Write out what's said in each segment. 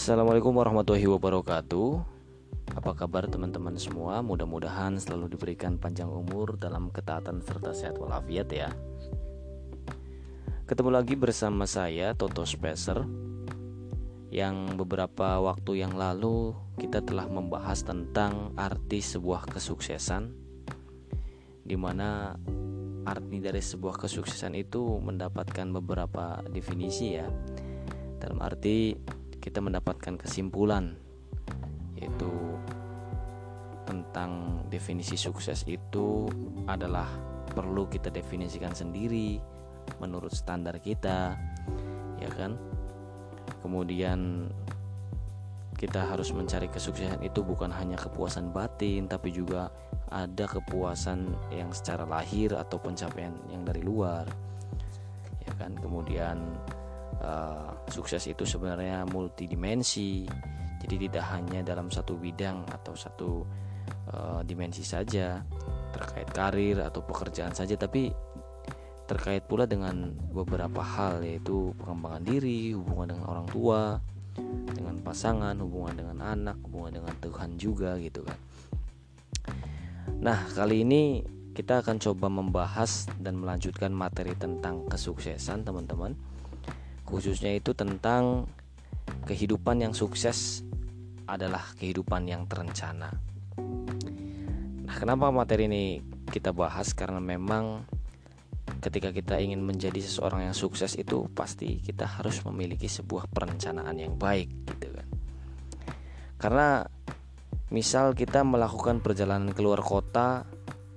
Assalamualaikum warahmatullahi wabarakatuh. Apa kabar teman-teman semua? Mudah-mudahan selalu diberikan panjang umur dalam ketaatan serta sehat walafiat ya. Ketemu lagi bersama saya Toto Spacer. Yang beberapa waktu yang lalu kita telah membahas tentang arti sebuah kesuksesan, dimana arti dari sebuah kesuksesan itu mendapatkan beberapa definisi ya. Dalam arti kita mendapatkan kesimpulan, yaitu tentang definisi sukses itu adalah perlu kita definisikan sendiri menurut standar kita, ya kan? Kemudian kita harus mencari kesuksesan itu bukan hanya kepuasan batin, tapi juga ada kepuasan yang secara lahir atau pencapaian yang dari luar, ya kan? Kemudian sukses itu sebenarnya multidimensi, jadi tidak hanya dalam satu bidang atau satu dimensi saja terkait karir atau pekerjaan saja, tapi terkait pula dengan beberapa hal, yaitu pengembangan diri, hubungan dengan orang tua, dengan pasangan, hubungan dengan anak, hubungan dengan Tuhan juga gitu kan. Nah, kali ini kita akan coba membahas dan melanjutkan materi tentang kesuksesan teman-teman, khususnya itu tentang kehidupan yang sukses adalah kehidupan yang terencana. Nah, kenapa materi ini kita bahas? Karena memang ketika kita ingin menjadi seseorang yang sukses itu pasti kita harus memiliki sebuah perencanaan yang baik gitu kan. Karena misal kita melakukan perjalanan keluar kota,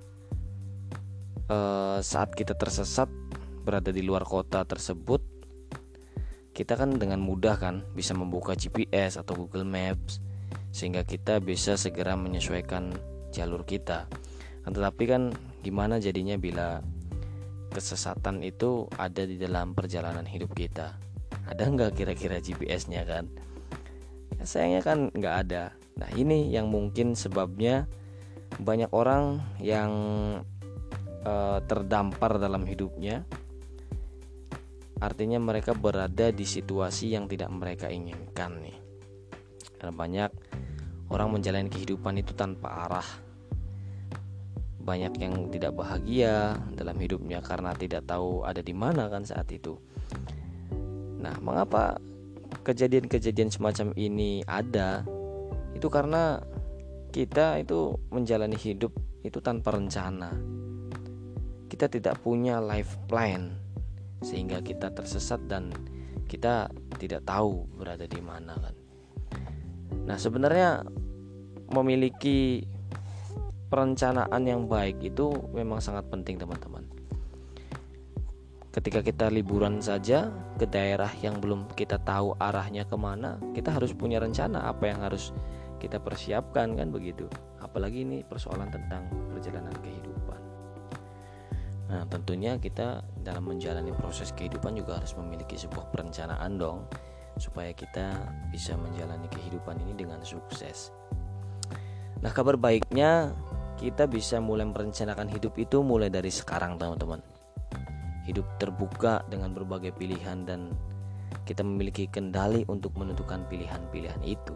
saat kita tersesat berada di luar kota tersebut, kita kan dengan mudah kan bisa membuka GPS atau Google Maps sehingga kita bisa segera menyesuaikan jalur kita. Tetapi kan gimana jadinya bila kesesatan itu ada di dalam perjalanan hidup kita? Ada nggak kira-kira GPS-nya kan? Ya, sayangnya kan nggak ada. Nah, ini yang mungkin sebabnya banyak orang yang terdampar dalam hidupnya. Artinya mereka berada di situasi yang tidak mereka inginkan nih. Karena banyak orang menjalani kehidupan itu tanpa arah. Banyak yang tidak bahagia dalam hidupnya karena tidak tahu ada di mana kan saat itu. Nah, mengapa kejadian-kejadian semacam ini ada? Itu karena kita itu menjalani hidup itu tanpa rencana. Kita tidak punya life plan, sehingga kita tersesat dan kita tidak tahu berada di mana kan. Nah, sebenarnya memiliki perencanaan yang baik itu memang sangat penting teman-teman. Ketika kita liburan saja ke daerah yang belum kita tahu arahnya kemana, kita harus punya rencana apa yang harus kita persiapkan kan begitu. Apalagi ini persoalan tentang perjalanan kehidupan. Nah, tentunya kita dalam menjalani proses kehidupan juga harus memiliki sebuah perencanaan dong, supaya kita bisa menjalani kehidupan ini dengan sukses. Nah, kabar baiknya kita bisa mulai merencanakan hidup itu mulai dari sekarang teman-teman. Hidup terbuka dengan berbagai pilihan dan kita memiliki kendali untuk menentukan pilihan-pilihan itu.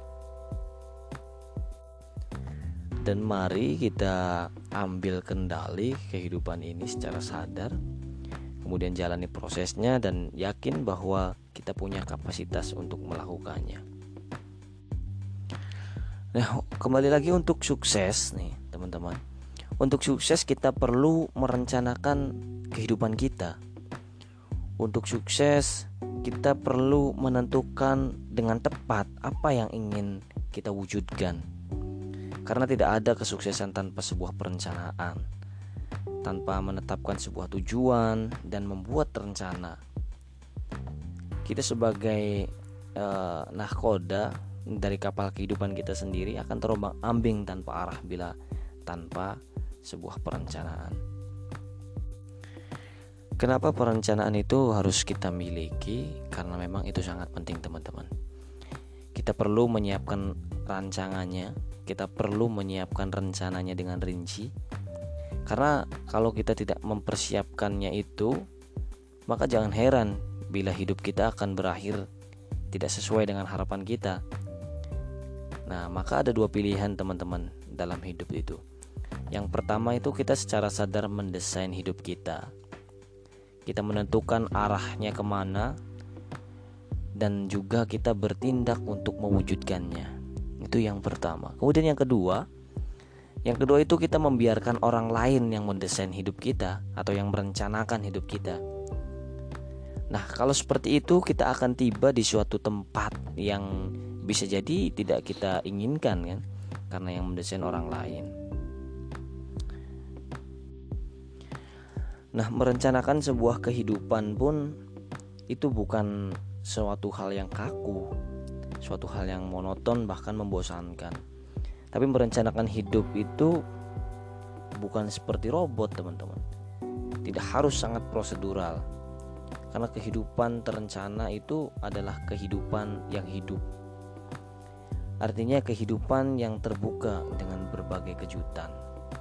Dan mari kita ambil kendali kehidupan ini secara sadar, kemudian jalani prosesnya dan yakin bahwa kita punya kapasitas untuk melakukannya. Nah, kembali lagi untuk sukses nih teman-teman. Untuk sukses kita perlu merencanakan kehidupan kita. Untuk sukses kita perlu menentukan dengan tepat apa yang ingin kita wujudkan. Karena tidak ada kesuksesan tanpa sebuah perencanaan, tanpa menetapkan sebuah tujuan dan membuat rencana. Kita sebagai nahkoda dari kapal kehidupan kita sendiri akan terombang-ambing tanpa arah bila tanpa sebuah perencanaan. Kenapa perencanaan itu harus kita miliki? Karena memang itu sangat penting teman-teman. Kita perlu menyiapkan rancangannya. Kita perlu menyiapkan rencananya dengan rinci. Karena kalau kita tidak mempersiapkannya itu, maka jangan heran bila hidup kita akan berakhir tidak sesuai dengan harapan kita. Nah, maka ada dua pilihan teman-teman dalam hidup itu. Yang pertama itu kita secara sadar mendesain hidup kita. Kita menentukan arahnya kemana, dan juga kita bertindak untuk mewujudkannya. Itu yang pertama. Kemudian yang kedua itu kita membiarkan orang lain yang mendesain hidup kita atau yang merencanakan hidup kita. Nah, kalau seperti itu kita akan tiba di suatu tempat yang bisa jadi tidak kita inginkan kan, karena yang mendesain orang lain. Nah, merencanakan sebuah kehidupan pun itu bukan suatu hal yang kaku, suatu hal yang monoton bahkan membosankan. Tapi merencanakan hidup itu bukan seperti robot, teman-teman. Tidak harus sangat prosedural. Karena kehidupan terencana itu adalah kehidupan yang hidup. Artinya kehidupan yang terbuka dengan berbagai kejutan.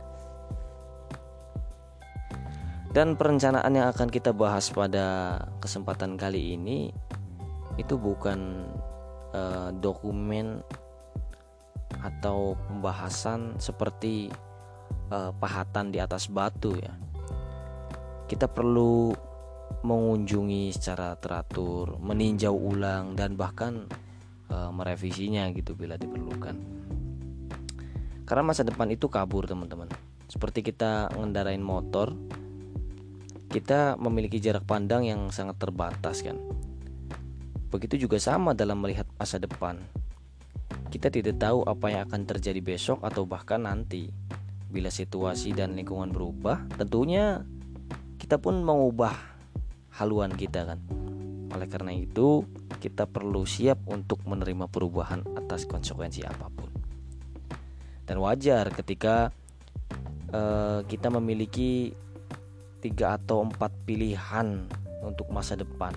Dan perencanaan yang akan kita bahas pada kesempatan kali ini itu bukan dokumen atau pembahasan seperti pahatan di atas batu ya. Kita perlu mengunjungi secara teratur, meninjau ulang dan bahkan merevisinya gitu bila diperlukan. Karena masa depan itu kabur, teman-teman. Seperti kita ngendarain motor, kita memiliki jarak pandang yang sangat terbatas kan. Begitu juga sama dalam melihat masa depan. Kita tidak tahu apa yang akan terjadi besok atau bahkan nanti. Bila situasi dan lingkungan berubah, tentunya kita pun mengubah haluan kita kan. Oleh karena itu, kita perlu siap untuk menerima perubahan atas konsekuensi apapun. Dan wajar ketika kita memiliki 3 atau 4 pilihan untuk masa depan.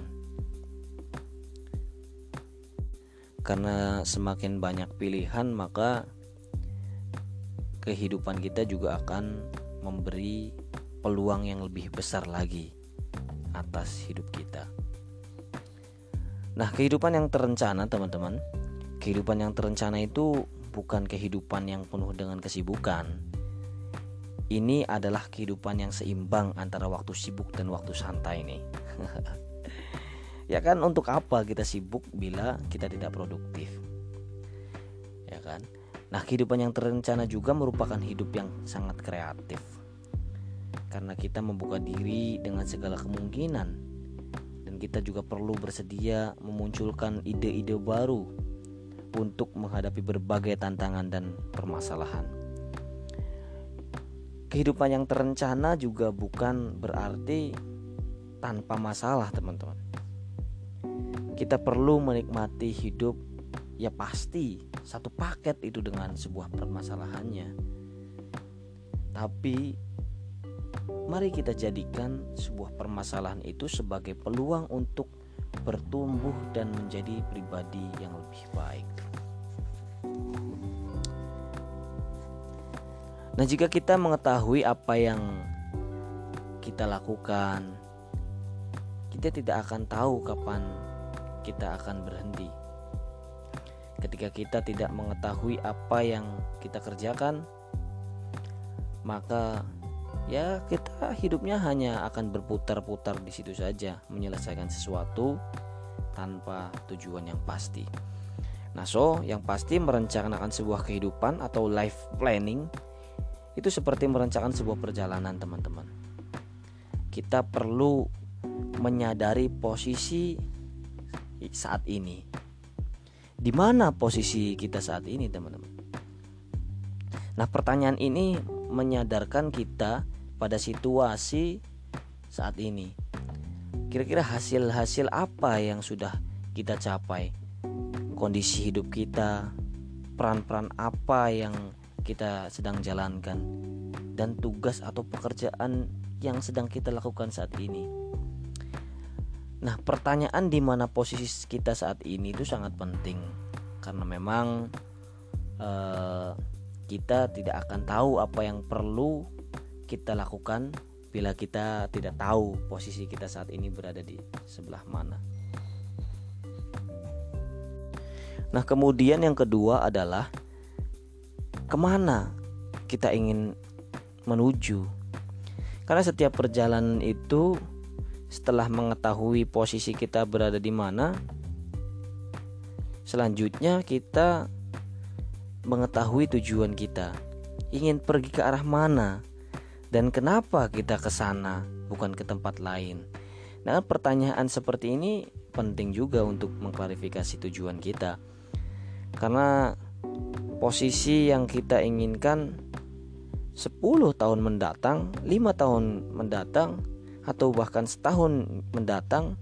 Karena semakin banyak pilihan, maka kehidupan kita juga akan memberi peluang yang lebih besar lagi atas hidup kita. Nah, kehidupan yang terencana, teman-teman, kehidupan yang terencana itu bukan kehidupan yang penuh dengan kesibukan. Ini adalah kehidupan yang seimbang antara waktu sibuk dan waktu santai nih. Ya kan, untuk apa kita sibuk bila kita tidak produktif? Ya kan? Nah, kehidupan yang terencana juga merupakan hidup yang sangat kreatif. Karena kita membuka diri dengan segala kemungkinan, dan kita juga perlu bersedia memunculkan ide-ide baru untuk menghadapi berbagai tantangan dan permasalahan. Kehidupan yang terencana juga bukan berarti tanpa masalah, teman-teman. Kita perlu menikmati hidup, ya pasti satu paket itu dengan sebuah permasalahannya. Tapi mari kita jadikan sebuah permasalahan itu sebagai peluang untuk bertumbuh dan menjadi pribadi yang lebih baik. Nah, jika kita mengetahui apa yang kita lakukan, kita tidak akan tahu kapan kita akan berhenti. Ketika kita tidak mengetahui apa yang kita kerjakan, maka ya kita hidupnya hanya akan berputar-putar di situ saja, menyelesaikan sesuatu tanpa tujuan yang pasti. Nah, yang pasti merencanakan sebuah kehidupan atau life planning itu seperti merencanakan sebuah perjalanan, teman-teman. Kita perlu menyadari posisi saat ini. Di mana posisi kita saat ini, teman-teman? Nah, pertanyaan ini menyadarkan kita pada situasi saat ini. Kira-kira hasil-hasil apa yang sudah kita capai? Kondisi hidup kita, peran-peran apa yang kita sedang jalankan, dan tugas atau pekerjaan yang sedang kita lakukan saat ini. Nah, pertanyaan di mana posisi kita saat ini itu sangat penting, karena memang kita tidak akan tahu apa yang perlu kita lakukan bila kita tidak tahu posisi kita saat ini berada di sebelah mana. Nah, kemudian yang kedua adalah kemana kita ingin menuju. Karena setiap perjalanan itu setelah mengetahui posisi kita berada di mana, selanjutnya kita mengetahui tujuan kita, ingin pergi ke arah mana dan kenapa kita ke sana bukan ke tempat lain. Nah, pertanyaan seperti ini penting juga untuk mengklarifikasi tujuan kita. Karena posisi yang kita inginkan 10 tahun mendatang, 5 tahun mendatang, atau bahkan setahun mendatang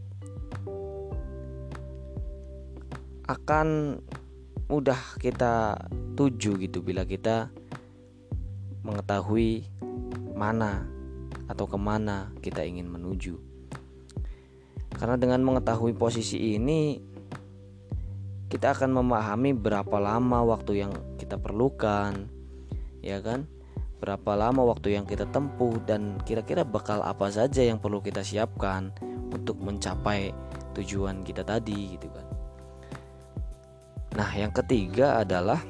akan mudah kita tuju gitu bila kita mengetahui mana atau kemana kita ingin menuju. Karena dengan mengetahui posisi ini, kita akan memahami berapa lama waktu yang kita perlukan, ya kan? Berapa lama waktu yang kita tempuh dan kira-kira bekal apa saja yang perlu kita siapkan untuk mencapai tujuan kita tadi gitu kan. Nah, yang ketiga adalah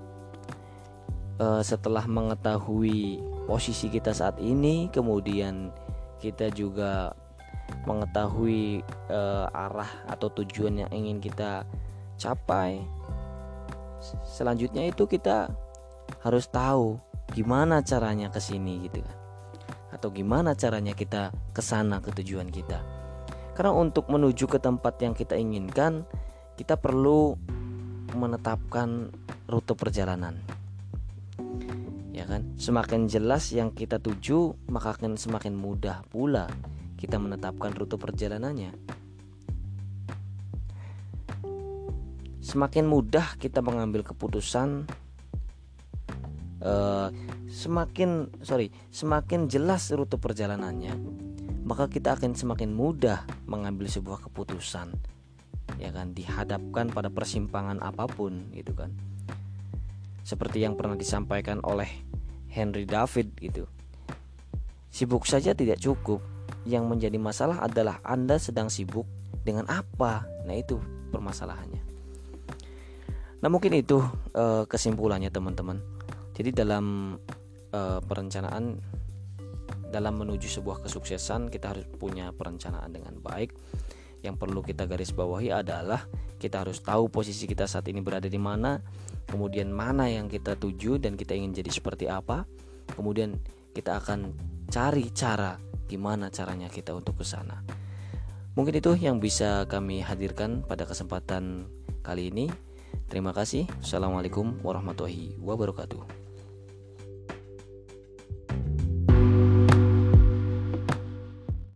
setelah mengetahui posisi kita saat ini, kemudian kita juga mengetahui arah atau tujuan yang ingin kita capai. Selanjutnya itu kita harus tahu gimana caranya ke sini gitu kan. Atau gimana caranya kita ke sana ke tujuan kita. Karena untuk menuju ke tempat yang kita inginkan, kita perlu menetapkan rute perjalanan. Ya kan? Semakin jelas yang kita tuju, maka akan semakin mudah pula kita menetapkan rute perjalanannya. Semakin mudah kita mengambil keputusan, semakin jelas rute perjalanannya, maka kita akan semakin mudah mengambil sebuah keputusan, ya kan, dihadapkan pada persimpangan apapun gitu kan. Seperti yang pernah disampaikan oleh Henry David gitu. Sibuk saja tidak cukup. Yang menjadi masalah adalah Anda sedang sibuk dengan apa. Nah, itu permasalahannya. Nah, mungkin itu kesimpulannya teman-teman. Jadi dalam perencanaan, dalam menuju sebuah kesuksesan, kita harus punya perencanaan dengan baik. Yang perlu kita garis bawahi adalah kita harus tahu posisi kita saat ini berada di mana, kemudian mana yang kita tuju dan kita ingin jadi seperti apa. Kemudian kita akan cari cara gimana caranya kita untuk ke sana. Mungkin itu yang bisa kami hadirkan pada kesempatan kali ini. Terima kasih. Assalamualaikum warahmatullahi wabarakatuh.